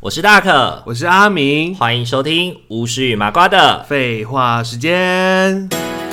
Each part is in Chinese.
我是大可， 我是阿明， 欢迎收听巫师与麻瓜的废话时间。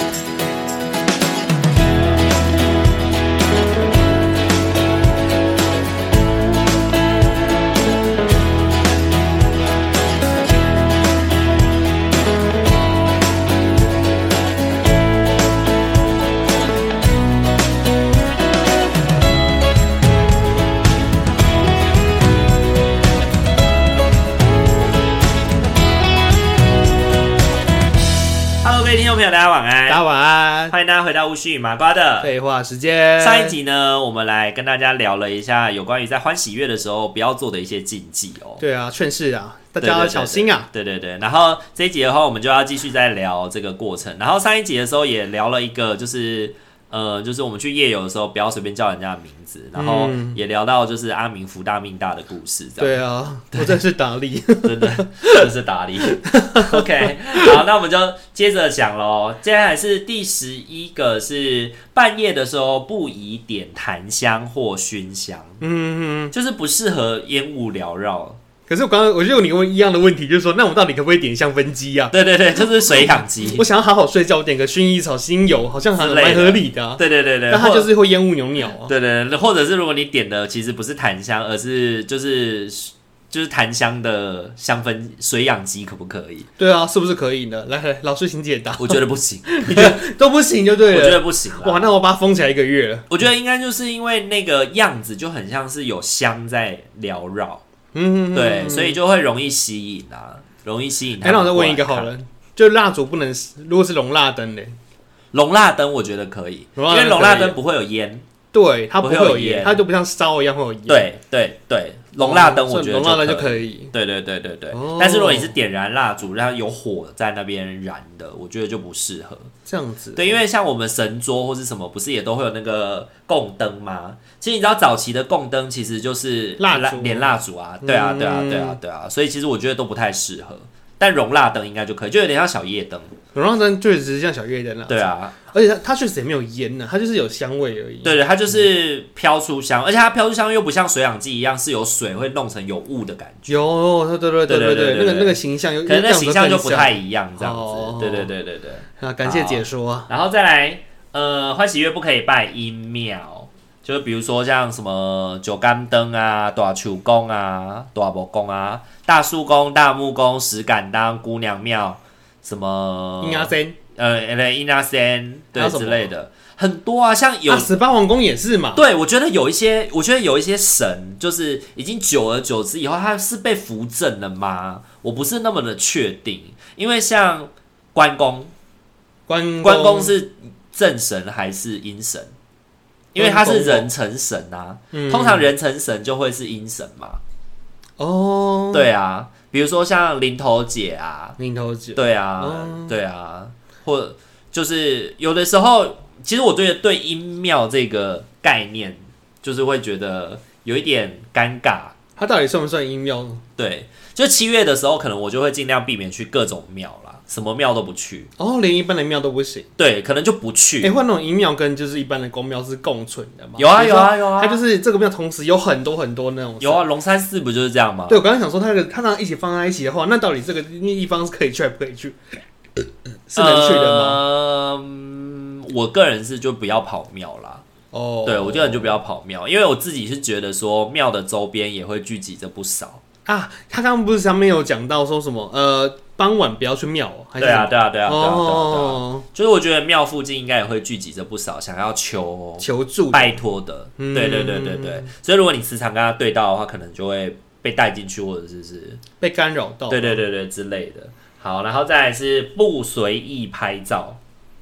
听众朋友大家晚安， 大家晚安， 欢迎大家回到巫师与麻瓜的废话时间。 上一集呢，我们来跟大家聊了一下有关于在欢喜月的时候不要做的一些禁忌哦。 对啊，劝世啊，大家要小心啊。 对。然后这一集的话，我们就要继续再聊这个过程。然后上一集的时候也聊了一个，就是我们去夜游的时候不要随便叫人家的名字，然后也聊到就是阿明福大命大的故事。 对啊，我真是达利， 真的是达利。OK， 好，那我们就接着讲咯。接下来是第11个，是半夜的时候不宜点檀香或熏香，就是不适合烟雾缭绕。 可是我就有你问一样的问题，就是说，那我们到底可不可以点香氛机啊？ 对，就是水养机。 我想要好好睡觉，我点个薰衣草精油，好像还蛮合理的啊。对，但它就是会烟雾袅袅啊。 对，或者是如果你点的其实不是檀香，而是就是檀香的香氛水养机，可不可以？ 对啊，是不是可以呢？来，老师请解答。 我觉得不行， 你觉得都不行就对了。 我觉得不行啦。 哇，那我把它封起来1个月了。 我觉得应该就是因为那个样子就很像是有香在缭绕。对，所以就会容易吸引啊，容易吸引他们。 那我再问一个好了，就蜡烛不能，如果是龙蜡灯嘞？ 龙蜡灯我觉得可以，因为龙蜡灯不会有烟。 对，它不会有烟，它就不像烧一样会有烟。 对，龙蜡灯我觉得龙蜡灯就可以。 对。但是如果你是点燃蜡烛，让它有火在那边燃的，我觉得就不适合。 这样子。对， 因为像我们神桌或是什么，不是也都会有那个供灯吗？其实你知道早期的供灯其实就是连蜡烛啊，对啊，所以其实我觉得都不太适合。但熔蜡灯应该就可以，就有点像小夜灯。 熔蜡灯确实是像小夜灯啦。对啊，而且它确实也没有烟呢，它就是有香味而已。对， 它就是飘出香，而且它飘出香又不像水养机一样是有水会弄成有雾的感觉。 有，对，那个形象， 可能那形象就不太一样，这样子。对。 啊，感谢解说。 然后再来，欢喜月不可以拜阴庙。就比如说像什么九甘灯啊、大树公啊、大木公啊、大树公、大木公、石敢当、姑娘庙，什么阴阿仙， 阴阿仙对之类的，很多啊，像有 18王宫也是嘛。 对，我觉得有一些神，就是已经久而久之以后，他是被扶正了吗？我不是那么的确定，因为像关公是正神还是阴神？因为他是人成神啊，通常人成神就会是阴神嘛。哦，对啊，比如说像林头姐啊，对啊，或者就是有的时候，其实我对阴庙这个概念，就是会觉得有一点尴尬。 它到底算不算阴庙呢？ 对，就7月的时候，可能我就会尽量避免去各种庙啦，什么庙都不去。 哦，连一般的庙都不行。 对，可能就不去。 或那种阴庙跟就是一般的公庙是共存的吗？ 有啊。 它就是这个庙同时有很多那种。 有啊，龙山寺不就是这样吗？ 对，我刚刚想说它一起放在一起的话，那到底这个地方是可以去还不可以去？是能去的吗？ 我个人是就不要跑庙啦。对，我个人就不要跑庙，因为我自己是觉得说庙的周边也会聚集着不少啊。他刚刚不是上面有讲到说什么傍晚不要去庙还是？ 对啊。就是我觉得庙附近应该也会聚集着不少想要求助、拜托的。对。所以如果你时常跟他对到的话，可能就会被带进去，或者是被干扰到。 对之类的。好，然后再来是不随意拍照，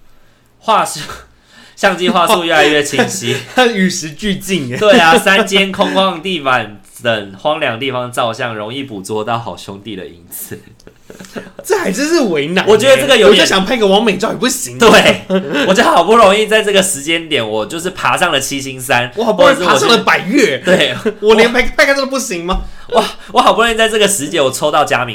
相机画素越来越清晰， 它与时俱进。 对啊，山间空旷地板等荒凉地方照相，容易捕捉到好兄弟的影子。 这还真是为难。 我觉得这个有点， 我就想拍个完美照也不行。 对，我就好不容易在这个时间点，我就是爬上了七星山， 我好不容易爬上了百岳。 对， 我连拍个照都不行吗？ 我好不容易在这个时节我抽到嘉明湖，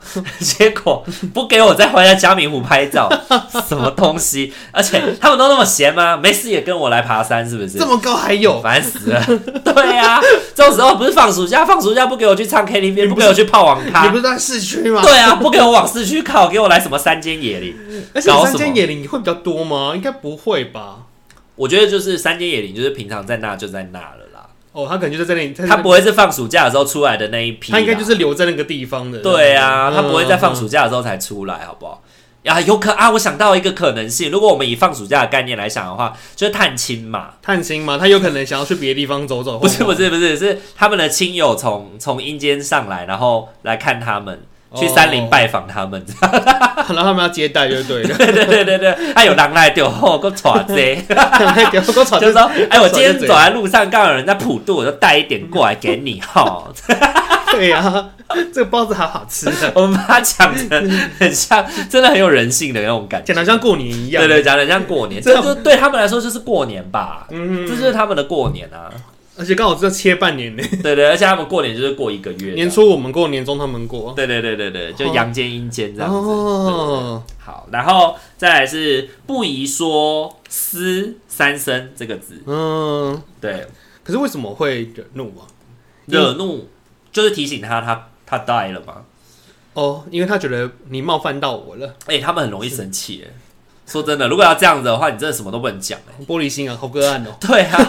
结果不给我再回来嘉明湖拍照，什么东西？而且他们都那么闲吗？没事也跟我来爬山，是不是？ 这么高还有， 烦死了！对啊，这种时候不是放暑假不给我去唱 KTV， 不给我去泡网咖， 你不是在市区吗？ 对啊，不给我往市区靠，给我来什么山间野林？ 而且山间野林会比较多吗？应该不会吧？ 我觉得就是山间野林，就是平常在那就在那了啦。 哦，他可能就是在那里， 他不会是放暑假的时候出来的那一批， 他应该就是留在那个地方的。 对啊，他不会在放暑假的时候才出来，好不好？啊，我想到一个可能性，如果我们以放暑假的概念来想的话，就是探亲嘛， 他有可能想要去别的地方走走。 不是，是他们的亲友从阴间上来，然后来看他们。去山林拜访他们， 然后他们要接待就对了。 对，他有人来丢后，给我抓这， 就说，哎，我今天走在路上，刚好有人在普渡，我就带一点过来给你哈。 对呀，这个包子好好吃的。 我们把它讲的很像，真的很有人性的那种感觉， 讲的像过年一样。 对，讲的像过年，这就对他们来说就是过年吧。这就是他们的过年啊。 而且刚好这切半年呢。 对，而且他们过年就是过1个月。 年初我们过，年终他们过。 对，就阳间阴间这样子。 哦， 好，然后再来是不宜说思三声这个字。对。 可是为什么会惹怒啊？ 惹怒就是提醒他 die 了嘛。 哦，因为他觉得你冒犯到我了。 他们很容易生气耶。说真的，如果要这样子的话，你真的什么都不能讲玻璃心啊，好个案哦。 对啊。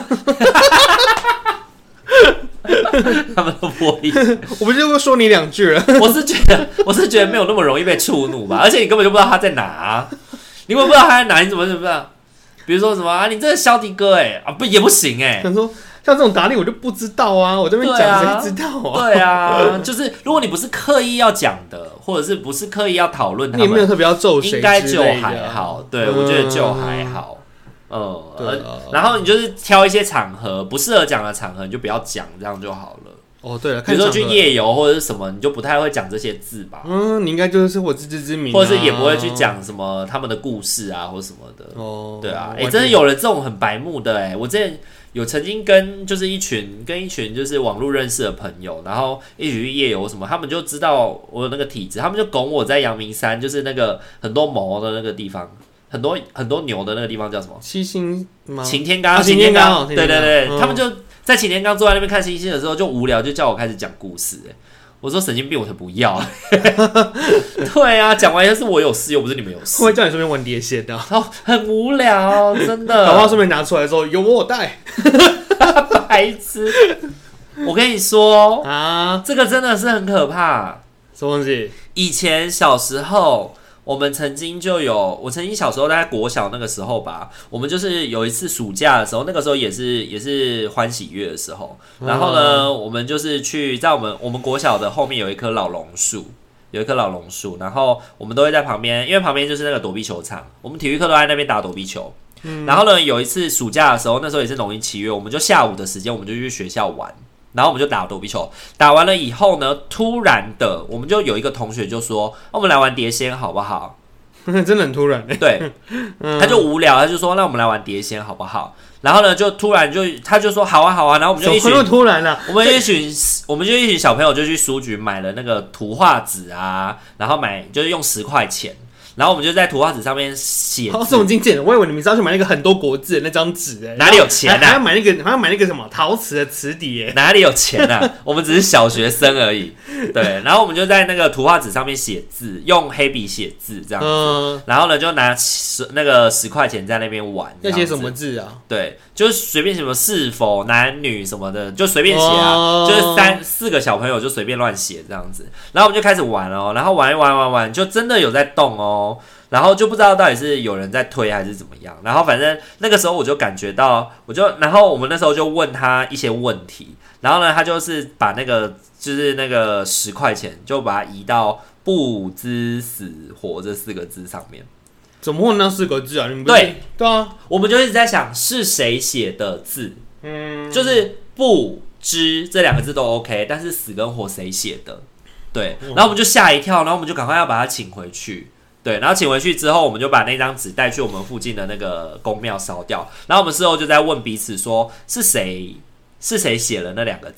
他们都玻璃， 我不就说你2句了。 我是觉得没有那么容易被触怒吧，而且你根本就不知道他在哪啊，你根本不知道他在哪，你怎么知道？比如说什么啊，你这个萧迪哥不也不行想说像这种打理我就不知道啊，我这边讲谁知道啊？ 对啊，就是如果你不是刻意要讲的，或者是不是刻意要讨论他们， 你没有特别要咒谁， 应该就还好。对，我觉得就还好。然后你就是挑一些场合不适合讲的场合，你就不要讲，这样就好了。 哦，对了， 比如说去夜游或者是什么，你就不太会讲这些字吧？ 你应该就是我自知之明， 或者是也不会去讲什么他们的故事啊，或什么的。 哦， 对啊，真的有人这种很白目的我之前有曾经跟一群就是网络认识的朋友，然后一起去夜游什么，他们就知道我有那个体质，他们就拱我在阳明山，就是那个很多毛的那个地方。很多牛的那个地方叫什么？ 七星吗？ 擎天岗，擎天岗。对，他们就在擎天岗坐在那边看星星的时候，就无聊，就叫我开始讲故事。我说神经病，我才不要。对啊，讲完又是我有事，又不是你们有事。 会不会叫你顺便玩碟仙的？ 很无聊，真的。 搞不好顺便拿出来说有我带。 白痴！我跟你说啊， 这个真的是很可怕。 什么东西？ 以前小时候。我曾经小时候在国小那个时候吧，我们就是有一次暑假的时候，那个时候也是欢喜月的时候，然后呢，我们就是去在我们国小的后面有一棵老榕树，然后我们都会在旁边，因为旁边就是那个躲避球场，我们体育课都在那边打躲避球。然后呢，有一次暑假的时候，那时候也是农历7月，我们就下午的时间，我们就去学校玩。然后我们就打躲避球，打完了以后呢，突然的，我们就有一个同学就说：“我们来玩碟仙好不好？” 真的很突然。 对，他就无聊，他就说：“那我们来玩碟仙好不好？”然后呢，就突然他就说：“好啊，好啊。”然后我们就一群突然了， 我们就一群小朋友就去书局买了那个图画纸啊，然后就是用10块钱。然后我们就在图画纸上面写字， 这么精简，我以为你们是要去买那个很多国字的那张纸哪里有钱啊？ 还要买那个什么陶瓷的瓷底哪里有钱啊？我们只是小学生而已。对，然后我们就在那个图画纸上面写字，用黑笔写字这样子。然后呢，就拿那个10块钱在那边玩。 要写什么字啊？ 对，就是随便什么是否男女什么的，就随便写啊。就是3-4个小朋友就随便乱写这样子。然后我们就开始玩哦，然后玩，就真的有在动哦。然后就不知道到底是有人在推还是怎么样，然后反正那个时候我就感觉到，然后我们那时候就问他一些问题，然后呢，他就是把就是那个10块钱就把它移到不知死活这4个字上面。 怎么会那4个字啊？你们对啊， 我们就一直在想是谁写的字，就是不知这2个字都 OK， 但是死跟活谁写的？对，然后我们就吓一跳，然后我们就赶快要把它请回去。对，然后请回去之后，我们就把那张纸带去我们附近的那个公庙烧掉。然后我们事后就在问彼此说，是谁写了那2个字？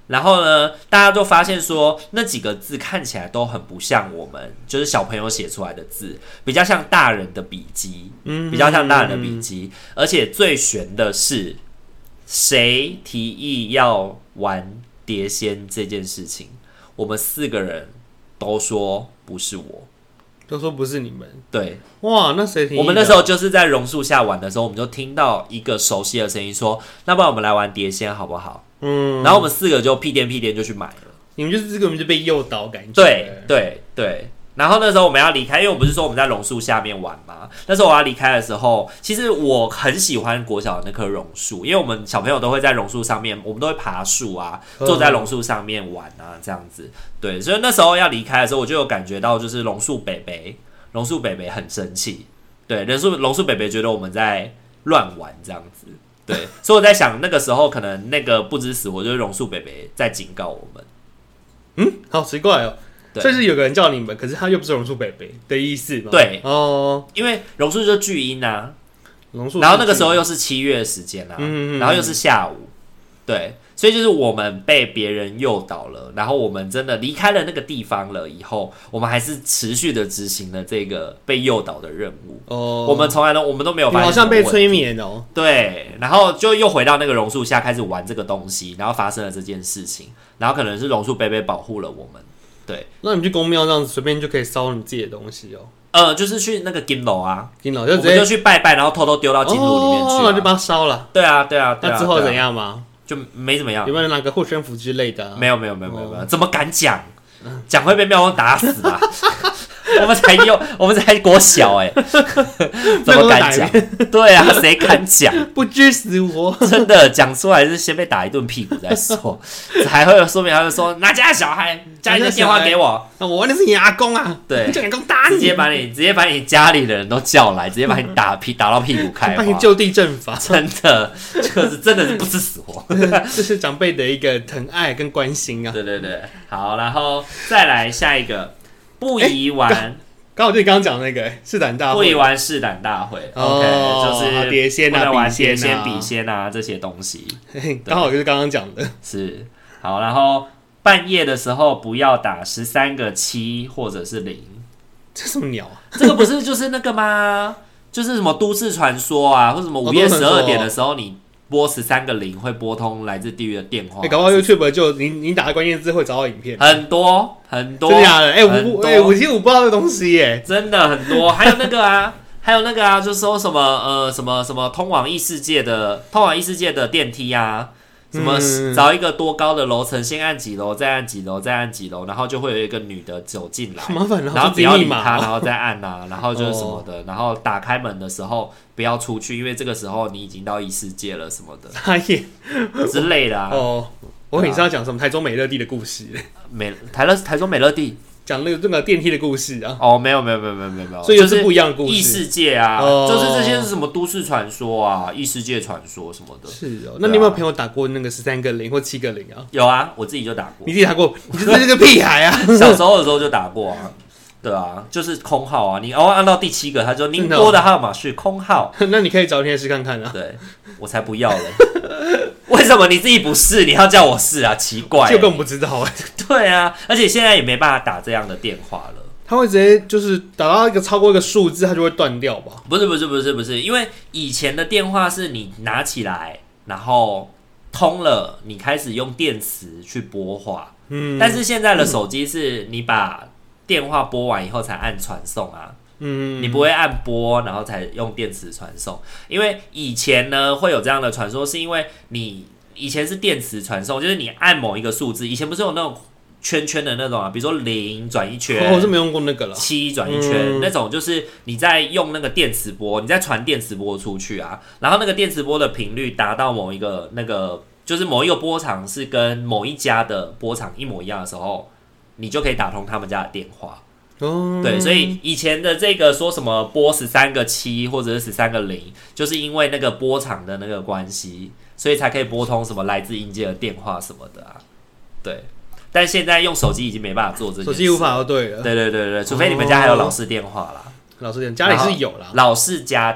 然后呢，大家就发现说那几个字看起来都很不像我们就是小朋友写出来的字，比较像大人的笔记，比较像大人的笔记。而且最悬的是，谁提议要玩碟仙这件事情，我们4个人都说不是我。 都说不是你们， 对， 哇，那谁提议的？ 我们那时候就是在榕树下玩的时候，我们就听到一个熟悉的声音说：“那不然我们来玩碟仙好不好？”然后我们4个就屁颠屁颠就去买了。 你们就是这个，我们就被诱导感觉。 对。然后那时候我们要离开，因为我不是说我们在榕树下面玩嘛。那时候我要离开的时候，其实我很喜欢国小的那棵榕树，因为我们小朋友都会在榕树上面，我们都会爬树啊，坐在榕树上面玩啊，这样子。对，所以那时候要离开的时候，我就有感觉到，就是榕树北北很生气，对，榕树北北觉得我们在乱玩这样子，对，所以我在想那个时候可能那个不知死活就是榕树北北在警告我们。 好奇怪哦。所以是有个人叫你们，可是他又不是榕树北北的意思嘛？ 对，因为榕树就巨婴啊，然后那个时候又是7月的时间啊，然后又是下午，对，所以就是我们被别人诱导了，然后我们真的离开了那个地方了以后，我们还是持续的执行了这个被诱导的任务。我们从来都没有发现， 好像被催眠哦。 对，然后就又回到那个榕树下开始玩这个东西，然后发生了这件事情，然后可能是榕树北北保护了我们。对， 那你们去公庙这样子随便就可以烧你自己的东西哦。 就是去那个金楼啊， 金楼我们就去拜拜，然后偷偷丢到金炉里面去， 就把它烧了。 对啊。 那之后怎样吗？ 就没怎么样。 有没有拿个护身符之类的？ 没有，怎么敢讲？讲会被庙公打死啊！我们才国小怎么敢讲？对啊，谁敢讲？ 不知死活！ 真的讲出来是先被打一顿屁股再说，还会有说明，还会说哪家的小孩，家里的电话给我， 我问的是你阿公啊， 对， 叫你阿公打你， 直接把你家里的人都叫来，直接把你打到屁股开花， 把你就地正法， 真的，就是真的是不知死活， 这是长辈的一个疼爱跟关心啊。 对，好，然后再来下一个。不宜玩， 刚好就是刚刚讲的那个试胆大会， 不宜玩试胆大会。OK， 就是碟仙啊、 玩碟仙、笔仙啊这些东西， 刚好就是刚刚讲的。 是好，然后半夜的时候不要打13个7或者是0， 这什么鸟啊？ 这个不是就是那个吗？就是什么都市传说啊，或者什么午夜12点的时候你。拨13个0会拨通来自地狱的电话。 搞不好 YouTube 就你打的关键字会找到影片， 很多， 真的假的？我其实我不知道这个东西耶， 真的很多。还有那个啊，就说什么什么通往异世界的电梯啊，什么找一个多高的楼层，先按几楼，再按几楼，再按几楼，然后就会有一个女的走进来， 麻烦， 然后不要理她，然后再按啊，然后就是什么的，然后打开门的时候不要出去，因为这个时候你已经到异世界了什么的，之类的啊。 我很想要讲什么台中美乐蒂的故事， 台中美乐蒂。 讲那个电梯的故事啊？ 没有， 所以又是不一样的故事。 异世界啊，就是这些是什么都市传说啊，异世界传说什么的。 是哦，那你有没有朋友打过那个13个0或7个0啊？ 有啊，我自己就打过。 你自己打过？你就是这个屁孩啊！ 小时候的时候就打过啊。对啊，就是空号啊，你按到第7个，他就您拨的号码是空号。 那你可以找天试看看啊。 对，我才不要嘞。为什么你自己不试，你要叫我试啊？奇怪， 就根本不知道对啊，而且现在也没办法打这样的电话了。 他会直接就是打到超过一个数字，它就会断掉吧？ 不是，因为以前的电话是你拿起来，然后通了，你开始用电池去拨话。但是现在的手机是你把电话拨完以后才按传送啊。你不会按拨，然后才用电池传送，因为以前呢会有这样的传说，是因为你以前是电池传送，就是你按某一个数字，以前不是有那种圈圈的那种啊，比如说0转一圈， 我是没用过那个了 ，7转一圈，那种就是你在用那个电磁波，你在传电磁波出去啊，然后那个电磁波的频率达到某一个那个，就是某一个波长是跟某一家的波长一模一样的时候，你就可以打通他们家的电话。对，所以以前的这个说什么拨13个7或者是13个0，就是因为那个波长的那个关系，所以才可以拨通什么来自阴界的电话什么的啊。对，但现在用手机已经没办法做这件事， 手机无法对了。 对，除非你们家还有老式电话啦。 老式电家里是有啦， 老式家电，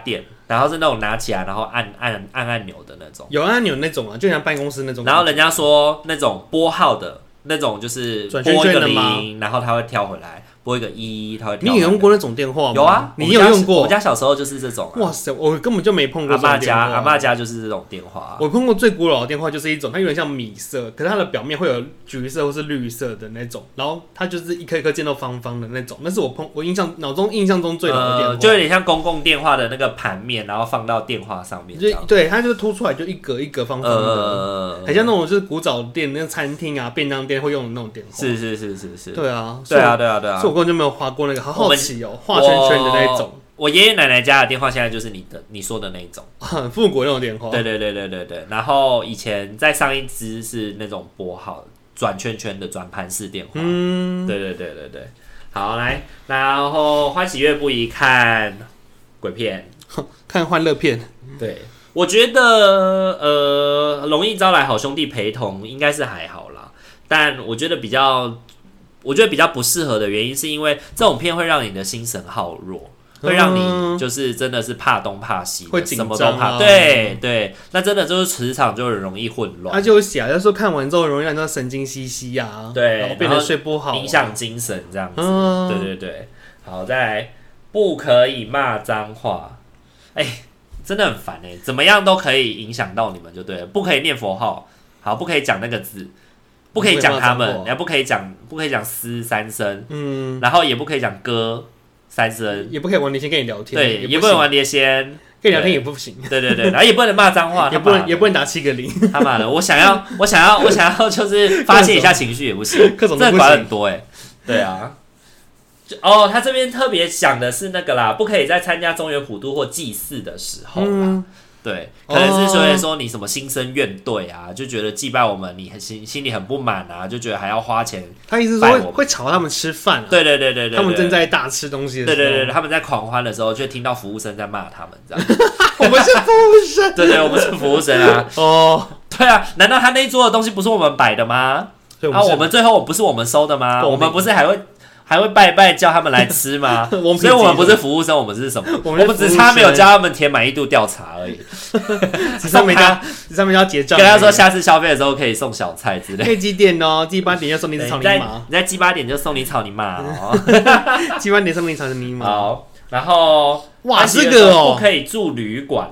然后是那种拿起来然后按钮的那种， 有按钮那种啊，就像办公室那种。 然后人家说那种拨号的那种就是转拨一个圈圈的吗 0，然后它会跳回来。拨一个1，它会跳。 你有用过那种电话吗？ 有啊， 你有用过？ 我家小时候就是这种、啊。 哇塞，我根本就没碰过这种电话。 阿嬷家就是这种电话、啊。 我碰过最古老的电话就是一种，它有点像米色，可是它的表面会有橘色或是绿色的那种，然后它就是一颗一颗键都方方的那种。那是我脑中印象中最老的电话， 就有点像公共电话的那个盘面，然后放到电话上面。 对，它就是凸出来就一格一格方方的，很像那种就是古早店那个餐厅啊、便当店会用的那种电话。 是。 对啊， 对啊。所以我根本就没有划过那个。好好奇哦，画圈圈的那一种。 我爷爷奶奶家的电话现在就是你说的那一种， 很复古那种电话。 对。然后以前再上一支是那种拨号转圈圈的转盘式电话。对。好，来，然后欢喜乐不宜看鬼片， 看欢乐片。 对，我觉得容易招来好兄弟陪同应该是还好啦，但我觉得比较不适合的原因，是因为这种片会让你的心神耗弱，会让你就是真的是怕东怕西， 会紧张、啊， 什么都怕。对，那真的就是磁场就很容易混乱。 他就有写，就说看完之后容易让人神经兮兮啊， 对， 然后变得睡不好、 影响精神这样子。对。好，再来，不可以骂脏话。真的很烦怎么样都可以影响到你们就对了。不可以念佛号，好，不可以讲那个字。不可以讲他们，也不可以讲诗3声，然后也不可以讲歌3声， 也不可以玩碟仙跟你聊天， 对，也不能玩碟仙， 跟你聊天也不行， 对，然后也不能骂脏话， 也不能打7个0， 他妈的，我想要就是发泄一下情绪也不行， 各种都不行， 这管很多对啊。他这边特别讲的是那个啦，不可以在参加中元普渡或祭祀的时候啦。对，可能是所以说你什么心生怨怼啊，就觉得祭拜我们，你心里很不满啊，就觉得还要花钱。 他意思说会吵他们吃饭啊。 对， 他们正在大吃东西的时候。 对，他们在狂欢的时候，就听到服务生在骂他们这样。 我们是服务生。 对，我们是服务生啊。对啊，难道他那一桌的东西不是我们摆的吗？我们最后不是我们收的吗？我们不是还会拜叫他们来吃吗？所以我们不是服务生，我们是什么？我们只差没有叫他们填满意度调查而已。 只差没叫结账， 跟他说下次消费的时候可以送小菜之类。 可以几点哦？鸡8点就送你草泥马。 你在鸡8点就送你草泥马哦。 鸡8点送你草泥马。 好，然后哇，这个不可以住旅馆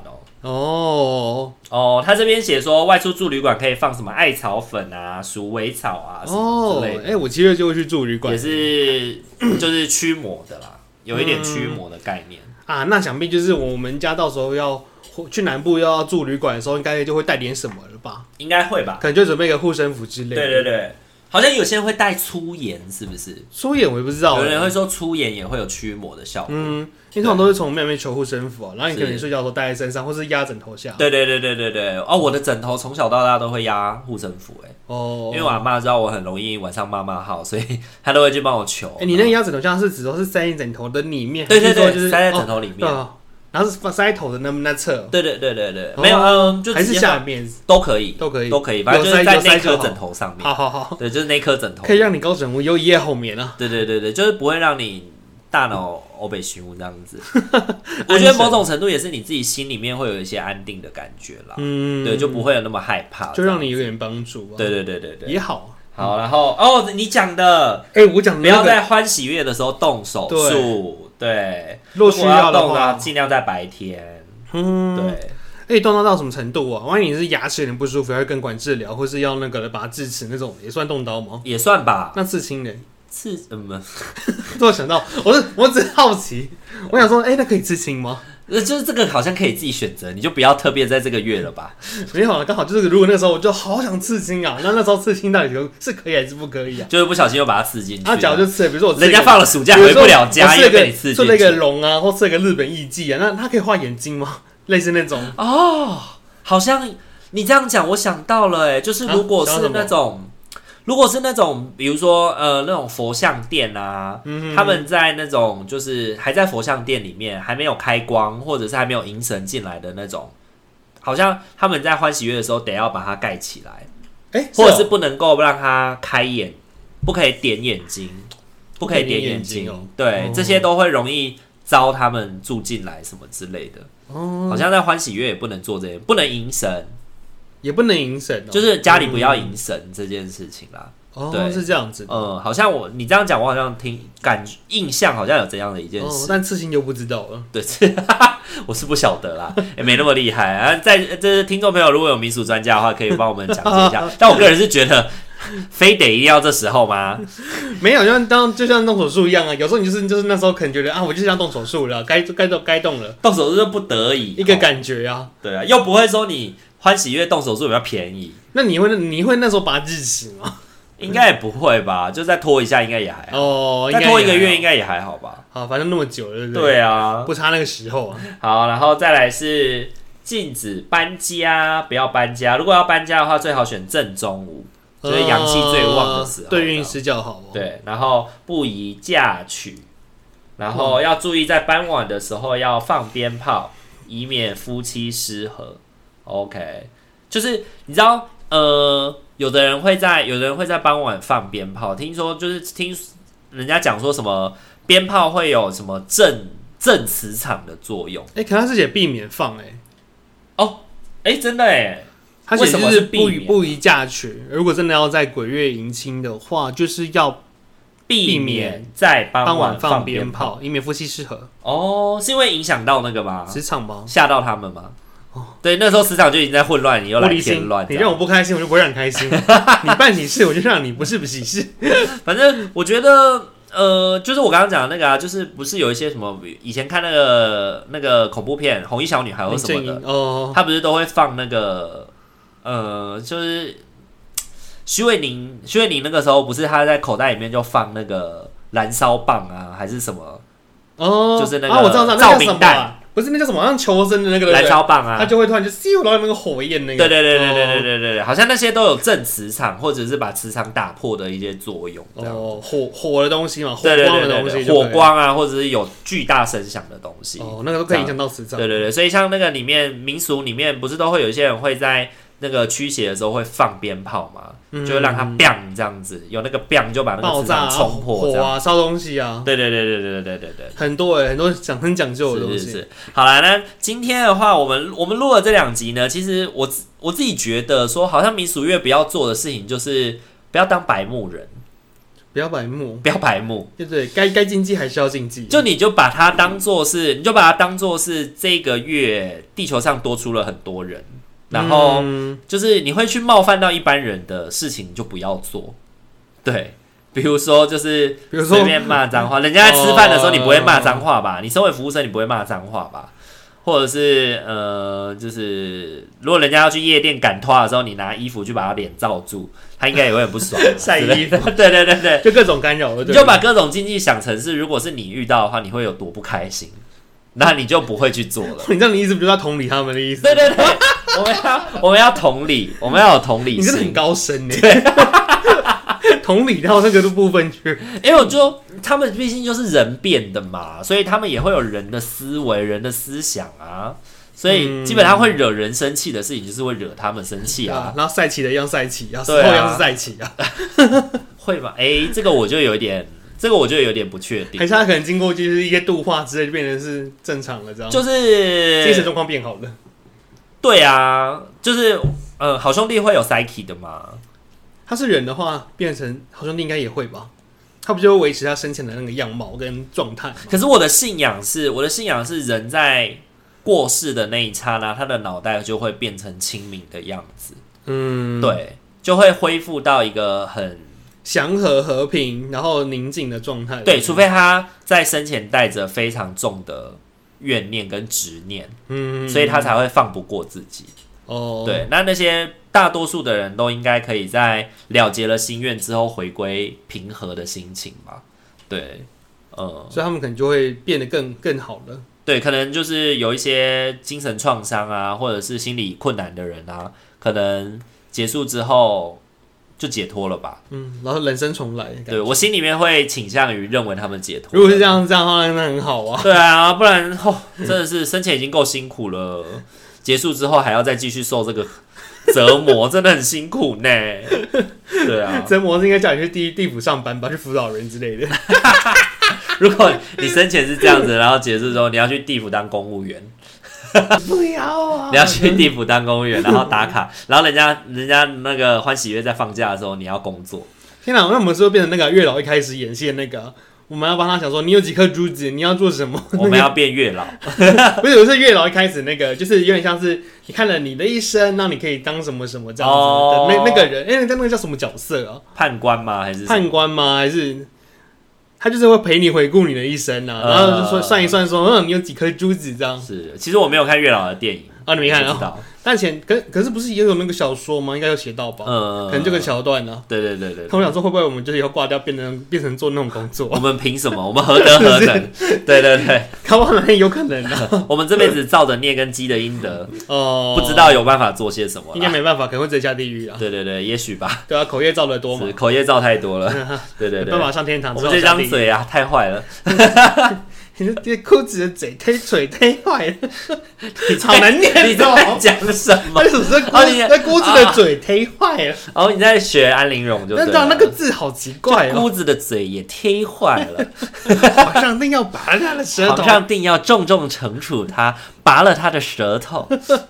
他这边写说外出住旅馆可以放什么艾草粉啊、鼠尾草啊什么之类的。 我7月就会去住旅馆， 也是就是驱魔的啦，有一点驱魔的概念啊。那想必就是我们家到时候要去南部要住旅馆的时候，应该就会带点什么了吧？ 应该会吧， 可能就准备个护身符之类的。 对，好像有些人会带粗盐，是不是？ 粗盐我也不知道， 有人会说粗盐也会有驱魔的效果。 因为通常都是从庙里面求护身符，然后你可能睡觉的时候带在身上，或是压枕头下。 对。我的枕头从小到大都会压护身符因为我阿嬷知道我很容易晚上骂号，所以她都会去帮我求。 你那个压枕头下是指说是塞进枕头的里面， 对， 就是塞在枕头里面， 然后是塞在头的那侧。 对，没有，就还是下面都可以，反正就是在那颗枕头上面。 好， 对，就是那颗枕头可以让你高枕无忧，一夜好眠啊。 对，就是不会让你大脑欧北虚无这样子。我觉得某种程度也是你自己心里面会有一些安定的感觉啦。对，就不会有那么害怕， 就让你有点帮助。 对， 也好。 好，然后你讲的， 我讲的不要在欢喜月的时候动手术。对， 若需要的话， 尽量在白天。 对。动到什么程度啊？万一你是牙齿有点不舒服，要根管治疗，或是要那个把它智齿那种，也算动刀吗？ 也算吧。 那刺青呢？ 突然想到，我只好奇，我想说，那可以刺青吗？ 就是这个好像可以自己选择，你就不要特别在这个月了吧。 没有了，刚好就是如果那个时候我就好想刺青啊，那时候刺青到底是可以还是不可以啊？ 就是不小心又把它刺进去。 假如就刺了，比如说人家放了暑假回不了家，又被你刺进去。 刺了一个龙啊，或刺了一个日本艺伎啊，那他可以画眼睛吗？类似那种好像你这样讲，我想到了就是如果是那种，比如说那种佛像店啊，他们在那种就是还在佛像店里面还没有开光，或者是还没有迎神进来的那种，好像他们在欢喜月的时候得要把它盖起来，或者是不能够让它开眼，不可以点眼睛，对，这些都会容易招他们住进来什么之类的。好像在欢喜月也不能做这些，不能迎神， 也不能迎神， 就是家里不要迎神这件事情啦。 对，是这样子。 好像你这样讲，我好像印象好像有这样的一件事， 但刺青就不知道了。 对，我是不晓得啦，也没那么厉害啊。这听众朋友如果有民俗专家的话，可以帮我们讲解一下。但我个人是觉得，非得一定要这时候吗？ 没有，就像动手术一样啊。有时候你就是那时候可能觉得啊，我就是要动手术了，该动了， 动手术就不得已一个感觉啊。 对啊，又不会说你欢喜月动手术比较便宜。 那你会那时候把日期吗？ 应该也不会吧，就再拖一下，应该也还好。再拖1个月应该也还好吧。 好，反正那么久了，对不对？ 对啊， 不差那个时候啊。 好，然后再来是禁止搬家，不要搬家。如果要搬家的话，最好选正中午，就是阳气最旺的时候， 对运势较好。 对，然后不宜嫁娶，然后要注意在傍晚的时候要放鞭炮，以免夫妻失和。OK， 就是你知道，有的人会在傍晚放鞭炮，听说就是听人家讲说什么鞭炮会有什么正磁场的作用。 可他是写避免放真的他写就是不宜嫁娶。如果真的要在鬼月迎亲的话，就是要避免在傍晚放鞭炮，以免夫妻失和。 是因为影响到那个吗？ 磁场吗？ 吓到他们吗？对，那时候磁场就已经在混乱，你又来添乱， 你让我不开心，我就不会让你开心。你办喜事，我就让你不是喜事。 反正我觉得，就是我刚刚讲的那个啊，就是不是有一些什么以前看那个恐怖片《红衣小女孩》或什么的，他不是都会放那个就是徐伟宁那个时候不是他在口袋里面就放那个燃烧棒啊，还是什么？就是那个照明弹。 不是那叫什么，像求生的那个燃烧棒啊， 它就会突然就咻到那个火焰那个。 对，好像那些都有正磁场，或者是把磁场打破的一些作用。 火的东西嘛，火光的东西， 火光啊，或者是有巨大声响的东西。 那个都可以影响到磁场。 对，所以像那个里面民俗里面，不是都会有一些人会在那个驱邪的时候会放鞭炮嘛，就会让它 bang 这样子，有那个 bang 就把那个磁场冲破， 火啊，烧东西啊， 对， 很多很多很讲究的东西。 是。好啦，那今天的话，我们录了这2集呢，其实我自己觉得说，好像民俗月不要做的事情就是不要当白目人。 不要白目，对，该禁忌还是要禁忌。 你就把它当做是这个月地球上多出了很多人。然后就是你会去冒犯到一般人的事情，就不要做。对，比如说随便骂脏话，人家在吃饭的时候你不会骂脏话吧？你身为服务生你不会骂脏话吧？或者是就是如果人家要去夜店赶拖的时候，你拿衣服去把他脸罩住，他应该也会很不爽。 晒衣服， 对， 就各种干扰。 你就把各种禁忌想成是，如果是你遇到的话，你会有多不开心。那你就不会去做了。 你这样的意思不就是要同理他们的意思？ 对，我们要同理，我们要有同理心。 你真的很高深呢。同理到那个部分去， 因为他们毕竟就是人变的嘛，所以他们也会有人的思维、人的思想啊，所以基本上会惹人生气的事情，就是会惹他们生气啊。 然后赛棋的一样赛棋啊，死后一样是赛棋啊， 会吗？这个我就有点不确定， 还是他可能经过就是一些度化之类，就变成是正常了，这样就是精神状况变好了。 对啊，就是好兄弟会有 psyche 的嘛。 他是人的话，变成好兄弟应该也会吧？他不就会维持他生前的那个样貌跟状态吗？ 可是我的信仰是人在过世的那一刹那，他的脑袋就会变成清明的样子。对，就会恢复到一个很祥和、和平，然后宁静的状态。 对，除非他在生前带着非常重的怨念跟执念，所以他才会放不过自己。对，那些大多数的人都应该可以在了结了心愿之后回归平和的心情吧？对， 所以他们可能就会变得更好了。 对，可能就是有一些精神创伤啊，或者是心理困难的人啊，可能结束之后就解脱了吧。 然后人生重来。 对，我心里面会倾向于认为他们解脱。 如果是这样的话，那很好啊。 对啊，不然真的是生前已经够辛苦了。结束之后还要再继续受这个折磨，真的很辛苦呢。对啊， 折磨是应该叫你去地府上班吧，去辅导人之类的。 如果你生前是这样子，然后结束之后你要去地府当公务员。 不要啊！ 你要去地府当公务员，然后打卡，然后人家那个欢喜月在放假的时候，你要工作。 天哪，那我们是不是变成那个月老一开始演戏的那个？我们要帮他想说，你有几颗珠子，你要做什么？ 我们要变月老， 不是，我是月老一开始那个，就是有点像是你看了你的一生，那你可以当什么什么这样子的那个人，那个叫什么角色啊？ 判官吗？还是判官吗？还是？他就是会陪你回顾你的一生啊，然后就说算一算说，你有几颗珠子这样。 是，其实我没有看月老的电影啊，你没看啊？但可是不是也有那个小说吗？应该有写到吧？可能这个桥段呢。 对。 我想说，会不会我们就是以后挂掉，变成做那种工作？ 我们凭什么？我们何德何能？对， 搞不好有可能啊。 我们这辈子造的孽跟积的阴德，不知道有办法做些什么。 应该没办法，可能会直接下地狱啊。 对，也许吧。 对啊，口业造的多嘛。 口业造太多了。对， 没办法上天堂。 我们这张嘴啊，太坏了。 你裤子的嘴忒坏了，好难念。 你在讲什么？ 那姑子的嘴忒坏了。 哦，你在学安陵容就对了。 那个字好奇怪哦。 姑子的嘴也忒坏了。 皇上定要拔了他的舌头。 皇上定要重重惩处他，拔了他的舌头。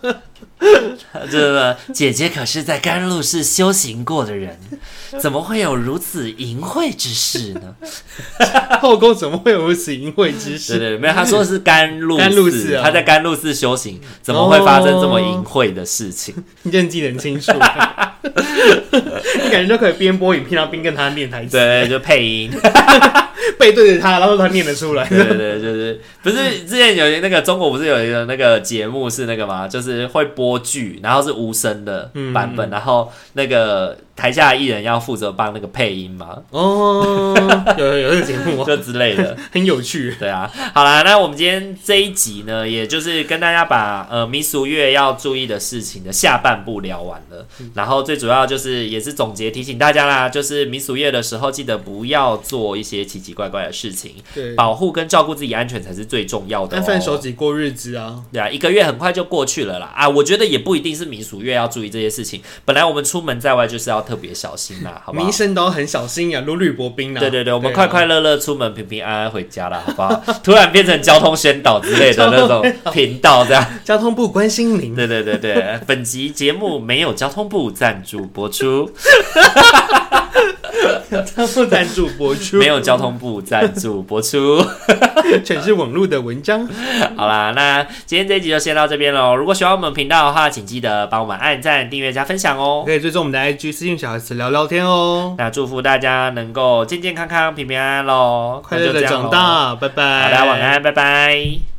这姐姐可是在甘露寺修行过的人，怎么会有如此淫秽之事呢？ 后宫怎么会有如此淫秽之事？ 对，没有，他说的是甘露寺，他在甘露寺修行，怎么会发生这么淫秽的事情？ 你真记得很清楚。你感觉就可以边播影片，然后边跟他念台词。 对，就配音。 背对着他，然后他念得出来。 对，就是不是之前有那个中国不是有一个那个节目是那个吗？就是会播剧，然后是无声的版本，然后那个台下的艺人要负责帮那个配音嘛。 哦，有这个节目， 就之类的， 很有趣。 对啊，好啦，那我们今天这一集呢，也就是跟大家把民俗月要注意的事情的下半部聊完了，然后最主要就是也是总结提醒大家啦，就是民俗月的时候记得不要做一些奇奇怪怪的事情，对，保护跟照顾自己安全才是最重要的。 安分守己过日子啊， 对啊，1个月很快就过去了啦。啊，我觉得也不一定是民俗月要注意这些事情，本来我们出门在外就是要特别小心啦，好不好？ 民生都很小心呀，如履薄冰啦。 对，我们快快乐乐出门，平平安安回家啦，好不好？突然变成交通宣导之类的那种频道，这样。 交通部关心您。 对，本集节目没有交通部赞助播出。 交通部赞助播出， 没有交通部赞助播出， 全是网络的文章。 好啦，那今天这一集就先到这边喽。如果喜欢我们频道的话，请记得帮我们按赞、订阅、加分享哦。 可以追踪我们的 IG 私信小孩子聊聊天哦。 那祝福大家能够健健康康、平平安安喽， 快乐的长大，拜拜。 好，大家晚安，拜拜。